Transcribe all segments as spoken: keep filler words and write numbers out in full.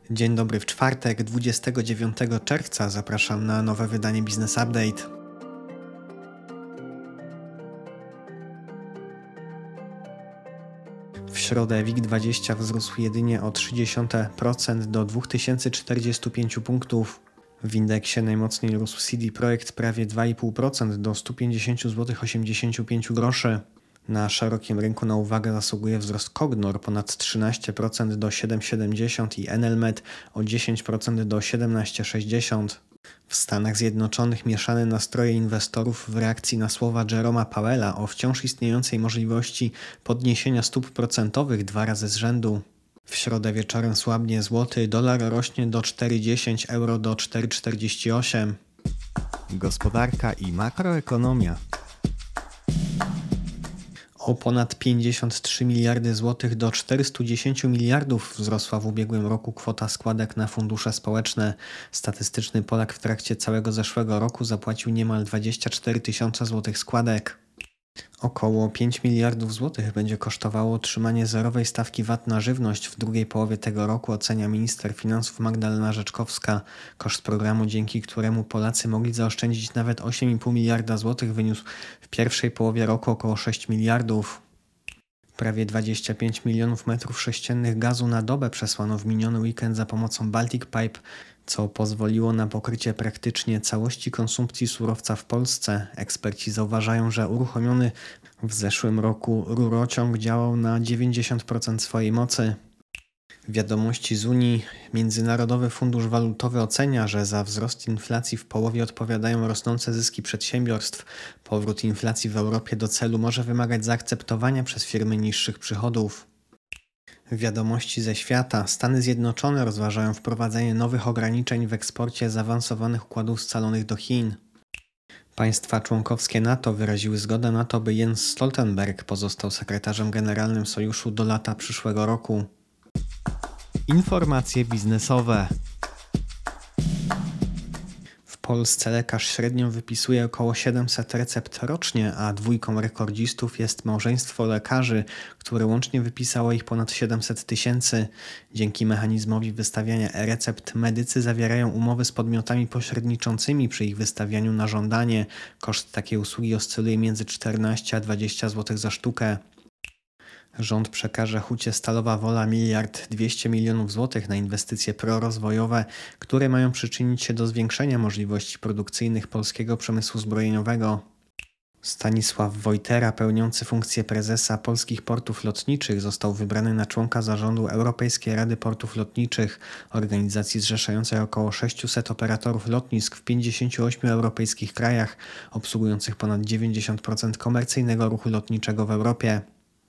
Dzień dobry, w czwartek, dwudziestego dziewiątego czerwca zapraszam na nowe wydanie Business Update. W środę WIG dwadzieścia wzrósł jedynie o zero przecinek trzy procent do dwa tysiące czterdziestu pięciu punktów. W indeksie najmocniej rósł C D Projekt prawie dwa i pół procent do stu pięćdziesięciu złotych osiemdziesięciu pięciu groszy. Na szerokim rynku na uwagę zasługuje wzrost Cognor ponad trzynaście procent do siedem przecinek siedemdziesiąt i Enelmed o dziesięć procent do siedemnaście przecinek sześćdziesiąt. W Stanach Zjednoczonych mieszane nastroje inwestorów w reakcji na słowa Jeroma Powella o wciąż istniejącej możliwości podniesienia stóp procentowych dwa razy z rzędu. W środę wieczorem słabnie złoty, dolar rośnie do cztery dziesięć, euro do cztery czterdzieści osiem. Gospodarka i makroekonomia. O ponad pięćdziesiąt trzy miliardy złotych do czterystu dziesięciu miliardów wzrosła w ubiegłym roku kwota składek na fundusze społeczne. Statystyczny Polak w trakcie całego zeszłego roku zapłacił niemal dwadzieścia cztery tysiące złotych składek. Około pięć miliardów złotych będzie kosztowało utrzymanie zerowej stawki V A T na żywność w drugiej połowie tego roku, ocenia minister finansów Magdalena Rzeczkowska. Koszt programu, dzięki któremu Polacy mogli zaoszczędzić nawet osiem i pół miliarda złotych, wyniósł w pierwszej połowie roku około sześć miliardów. Prawie dwadzieścia pięć milionów metrów sześciennych gazu na dobę przesłano w miniony weekend za pomocą Baltic Pipe, co pozwoliło na pokrycie praktycznie całości konsumpcji surowca w Polsce. Eksperci zauważają, że uruchomiony w zeszłym roku rurociąg działał na dziewięćdziesiąt procent swojej mocy. Wiadomości z Unii. Międzynarodowy Fundusz Walutowy ocenia, że za wzrost inflacji w połowie odpowiadają rosnące zyski przedsiębiorstw. Powrót inflacji w Europie do celu może wymagać zaakceptowania przez firmy niższych przychodów. Wiadomości ze świata. Stany Zjednoczone rozważają wprowadzenie nowych ograniczeń w eksporcie zaawansowanych układów scalonych do Chin. Państwa członkowskie NATO wyraziły zgodę na to, by Jens Stoltenberg pozostał sekretarzem generalnym sojuszu do lata przyszłego roku. Informacje biznesowe. W Polsce lekarz średnio wypisuje około siedemset recept rocznie, a dwójką rekordzistów jest małżeństwo lekarzy, które łącznie wypisało ich ponad siedemset tysięcy. Dzięki mechanizmowi wystawiania e-recept medycy zawierają umowy z podmiotami pośredniczącymi przy ich wystawianiu na żądanie. Koszt takiej usługi oscyluje między czternaście a dwadzieścia złotych za sztukę. Rząd przekaże Hucie Stalowa Wola miliard dwieście milionów złotych na inwestycje prorozwojowe, które mają przyczynić się do zwiększenia możliwości produkcyjnych polskiego przemysłu zbrojeniowego. Stanisław Wojtera, pełniący funkcję prezesa Polskich Portów Lotniczych, został wybrany na członka zarządu Europejskiej Rady Portów Lotniczych, organizacji zrzeszającej około sześciuset operatorów lotnisk w pięćdziesięciu ośmiu europejskich krajach, obsługujących ponad dziewięćdziesiąt procent komercyjnego ruchu lotniczego w Europie.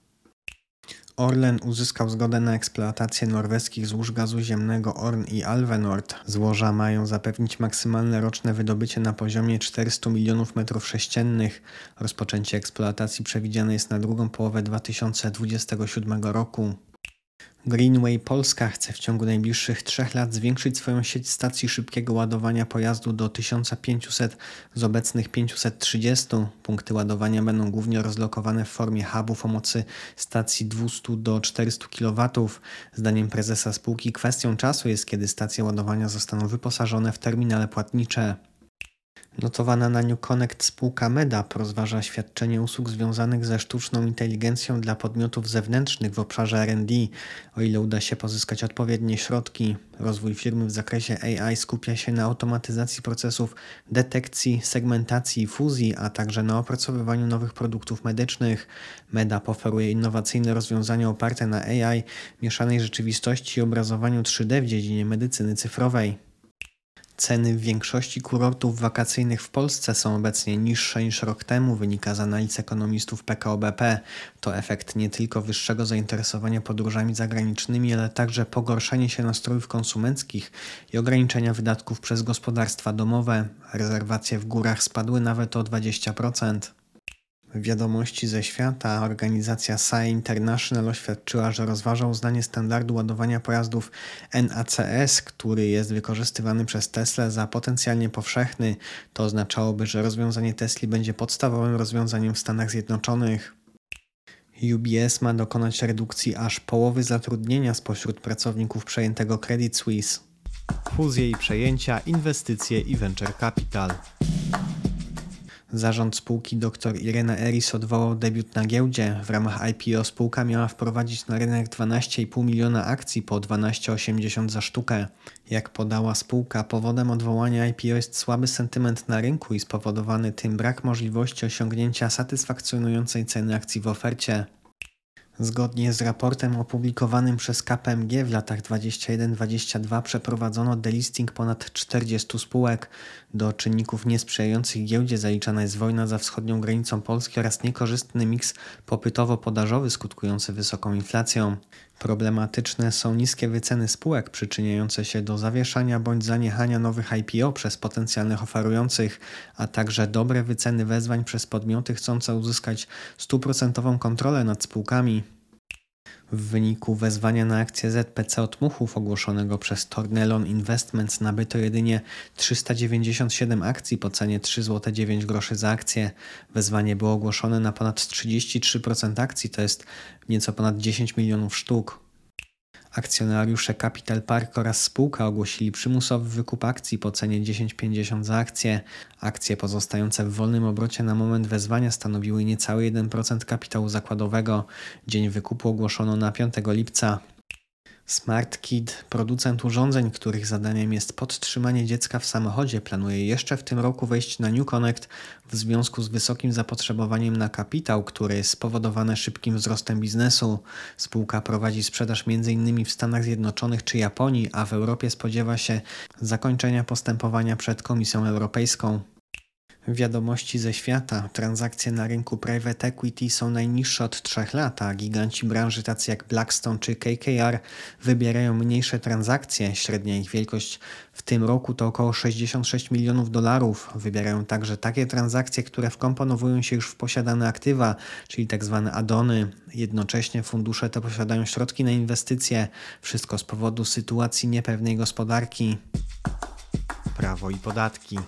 Orlen uzyskał zgodę na eksploatację norweskich złóż gazu ziemnego Orn i Alvenord. Złoża mają zapewnić maksymalne roczne wydobycie na poziomie czterystu milionów metrów sześciennych. Rozpoczęcie eksploatacji przewidziane jest na drugą połowę dwa tysiące dwudziestego siódmego roku. Greenway Polska chce w ciągu najbliższych trzech lat zwiększyć swoją sieć stacji szybkiego ładowania pojazdu do tysiąc pięćset z obecnych pięciuset trzydziestu. Punkty ładowania będą głównie rozlokowane w formie hubów o mocy stacji dwieście do czterystu kilowatów. Zdaniem prezesa spółki kwestią czasu jest, kiedy stacje ładowania zostaną wyposażone w terminale płatnicze. Notowana na New Connect spółka Medap rozważa świadczenie usług związanych ze sztuczną inteligencją dla podmiotów zewnętrznych w obszarze R and D, o ile uda się pozyskać odpowiednie środki. Rozwój firmy w zakresie A I skupia się na automatyzacji procesów detekcji, segmentacji i fuzji, a także na opracowywaniu nowych produktów medycznych. Medap oferuje innowacyjne rozwiązania oparte na A I, mieszanej rzeczywistości i obrazowaniu trzy D w dziedzinie medycyny cyfrowej. Ceny w większości kurortów wakacyjnych w Polsce są obecnie niższe niż rok temu, wynika z analiz ekonomistów P K O B P. To efekt nie tylko wyższego zainteresowania podróżami zagranicznymi, ale także pogorszenia się nastrojów konsumenckich i ograniczenia wydatków przez gospodarstwa domowe. Rezerwacje w górach spadły nawet o dwadzieścia procent. Wiadomości ze świata. Organizacja S A E International oświadczyła, że rozważa uznanie standardu ładowania pojazdów N A C S, który jest wykorzystywany przez Teslę, za potencjalnie powszechny. To oznaczałoby, że rozwiązanie Tesli będzie podstawowym rozwiązaniem w Stanach Zjednoczonych. U B S ma dokonać redukcji aż połowy zatrudnienia spośród pracowników przejętego Credit Suisse. Fuzje i przejęcia, inwestycje i venture capital. Zarząd spółki dr Irena Eris odwołał debiut na giełdzie. W ramach I P O spółka miała wprowadzić na rynek dwanaście i pół miliona akcji po dwanaście osiemdziesiąt za sztukę. Jak podała spółka, powodem odwołania I P O jest słaby sentyment na rynku i spowodowany tym brak możliwości osiągnięcia satysfakcjonującej ceny akcji w ofercie. Zgodnie z raportem opublikowanym przez K P M G w latach dwudziestym pierwszym dwudziestym drugim przeprowadzono delisting ponad czterdziestu spółek. Do czynników niesprzyjających giełdzie zaliczana jest wojna za wschodnią granicą Polski oraz niekorzystny miks popytowo-podażowy skutkujący wysoką inflacją. Problematyczne są niskie wyceny spółek przyczyniające się do zawieszania bądź zaniechania nowych I P O przez potencjalnych oferujących, a także dobre wyceny wezwań przez podmioty chcące uzyskać stuprocentową kontrolę nad spółkami. W wyniku wezwania na akcję Z P C od Muchów ogłoszonego przez Tornelon Investments nabyto jedynie trzysta dziewięćdziesiąt siedem akcji po cenie trzy złote dziewięć groszy za akcję. Wezwanie było ogłoszone na ponad trzydzieści trzy procent akcji, to jest nieco ponad dziesięć milionów sztuk. Akcjonariusze Capital Park oraz spółka ogłosili przymusowy wykup akcji po cenie dziesięć pięćdziesiąt za akcję. Akcje pozostające w wolnym obrocie na moment wezwania stanowiły niecały jeden procent kapitału zakładowego. Dzień wykupu ogłoszono na piątego lipca. SmartKid, producent urządzeń, których zadaniem jest podtrzymanie dziecka w samochodzie, planuje jeszcze w tym roku wejść na New Connect w związku z wysokim zapotrzebowaniem na kapitał, które jest spowodowane szybkim wzrostem biznesu. Spółka prowadzi sprzedaż między innymi w Stanach Zjednoczonych czy Japonii, a w Europie spodziewa się zakończenia postępowania przed Komisją Europejską. Wiadomości ze świata. Transakcje na rynku private equity są najniższe od trzech lat, a giganci branży tacy jak Blackstone czy K K R wybierają mniejsze transakcje. Średnia ich wielkość w tym roku to około sześćdziesiąt sześć milionów dolarów. Wybierają także takie transakcje, które wkomponowują się już w posiadane aktywa, czyli tak zwane add-ony. Jednocześnie fundusze te posiadają środki na inwestycje. Wszystko z powodu sytuacji niepewnej gospodarki. Prawo i podatki.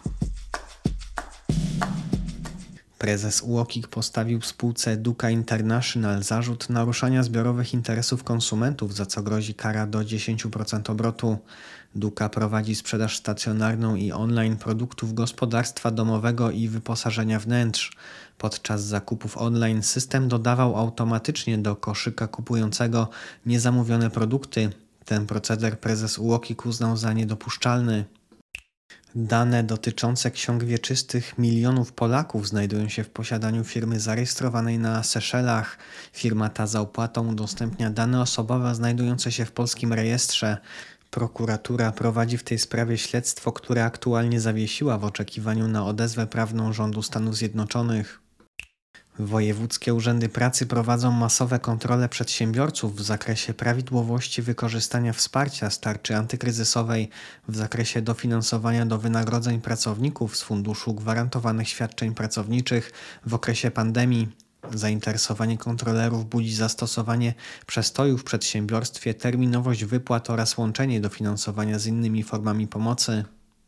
Prezes U O K I postawił spółce Duka International zarzut naruszania zbiorowych interesów konsumentów, za co grozi kara do dziesięć procent obrotu. Duka prowadzi sprzedaż stacjonarną i online produktów gospodarstwa domowego i wyposażenia wnętrz. Podczas zakupów online system dodawał automatycznie do koszyka kupującego niezamówione produkty. Ten proceder prezes U O K I uznał za niedopuszczalny. Dane dotyczące ksiąg wieczystych milionów Polaków znajdują się w posiadaniu firmy zarejestrowanej na Seszelach. Firma ta za opłatą udostępnia dane osobowe znajdujące się w polskim rejestrze. Prokuratura prowadzi w tej sprawie śledztwo, które aktualnie zawiesiła w oczekiwaniu na odezwę prawną rządu Stanów Zjednoczonych. Wojewódzkie urzędy pracy prowadzą masowe kontrole przedsiębiorców w zakresie prawidłowości wykorzystania wsparcia z tarczy antykryzysowej w zakresie dofinansowania do wynagrodzeń pracowników z Funduszu Gwarantowanych Świadczeń Pracowniczych w okresie pandemii. Zainteresowanie kontrolerów budzi zastosowanie przestoju w przedsiębiorstwie, terminowość wypłat oraz łączenie dofinansowania z innymi formami pomocy.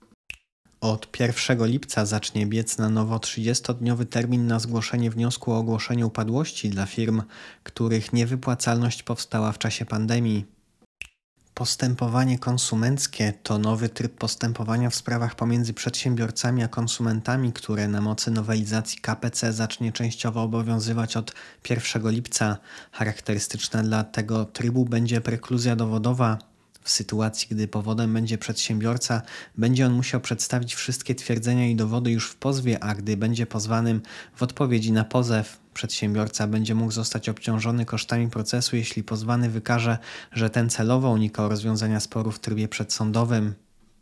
Od pierwszego lipca zacznie biec na nowo trzydziestodniowy termin na zgłoszenie wniosku o ogłoszenie upadłości dla firm, których niewypłacalność powstała w czasie pandemii. Postępowanie konsumenckie to nowy tryb postępowania w sprawach pomiędzy przedsiębiorcami a konsumentami, które na mocy nowelizacji K P C zacznie częściowo obowiązywać od pierwszego lipca. Charakterystyczna dla tego trybu będzie prekluzja dowodowa. W sytuacji, gdy powodem będzie przedsiębiorca, będzie on musiał przedstawić wszystkie twierdzenia i dowody już w pozwie, a gdy będzie pozwanym, w odpowiedzi na pozew. Przedsiębiorca będzie mógł zostać obciążony kosztami procesu, jeśli pozwany wykaże, że ten celowo unikał rozwiązania sporu w trybie przedsądowym.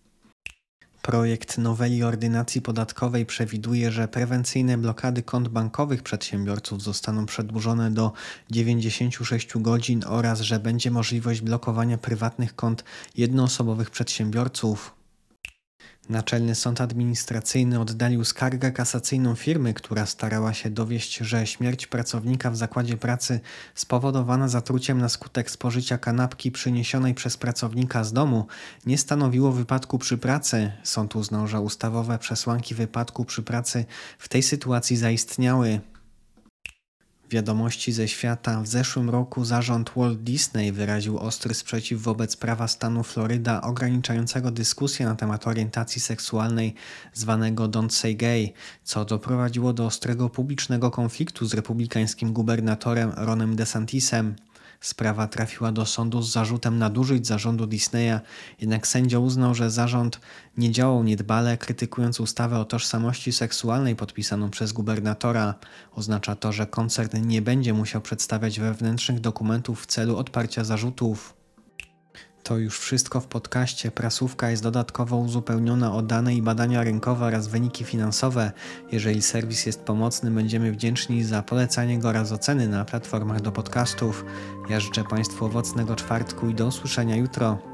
Projekt noweli ordynacji podatkowej przewiduje, że prewencyjne blokady kont bankowych przedsiębiorców zostaną przedłużone do dziewięćdziesięciu sześciu godzin oraz że będzie możliwość blokowania prywatnych kont jednoosobowych przedsiębiorców. Naczelny Sąd Administracyjny oddalił skargę kasacyjną firmy, która starała się dowieść, że śmierć pracownika w zakładzie pracy spowodowana zatruciem na skutek spożycia kanapki przyniesionej przez pracownika z domu nie stanowiło wypadku przy pracy. Sąd uznał, że ustawowe przesłanki wypadku przy pracy w tej sytuacji zaistniały. Wiadomości ze świata. W zeszłym roku zarząd Walt Disney wyraził ostry sprzeciw wobec prawa stanu Floryda ograniczającego dyskusję na temat orientacji seksualnej zwanego Don't Say Gay, co doprowadziło do ostrego publicznego konfliktu z republikańskim gubernatorem Ronem DeSantisem. Sprawa trafiła do sądu z zarzutem nadużyć zarządu Disneya, jednak sędzia uznał, że zarząd nie działał niedbale, krytykując ustawę o tożsamości seksualnej podpisaną przez gubernatora. Oznacza to, że koncern nie będzie musiał przedstawiać wewnętrznych dokumentów w celu odparcia zarzutów. To już wszystko w podcaście. Prasówka jest dodatkowo uzupełniona o dane i badania rynkowe oraz wyniki finansowe. Jeżeli serwis jest pomocny, będziemy wdzięczni za polecanie go oraz oceny na platformach do podcastów. Ja życzę Państwu owocnego czwartku i do usłyszenia jutro.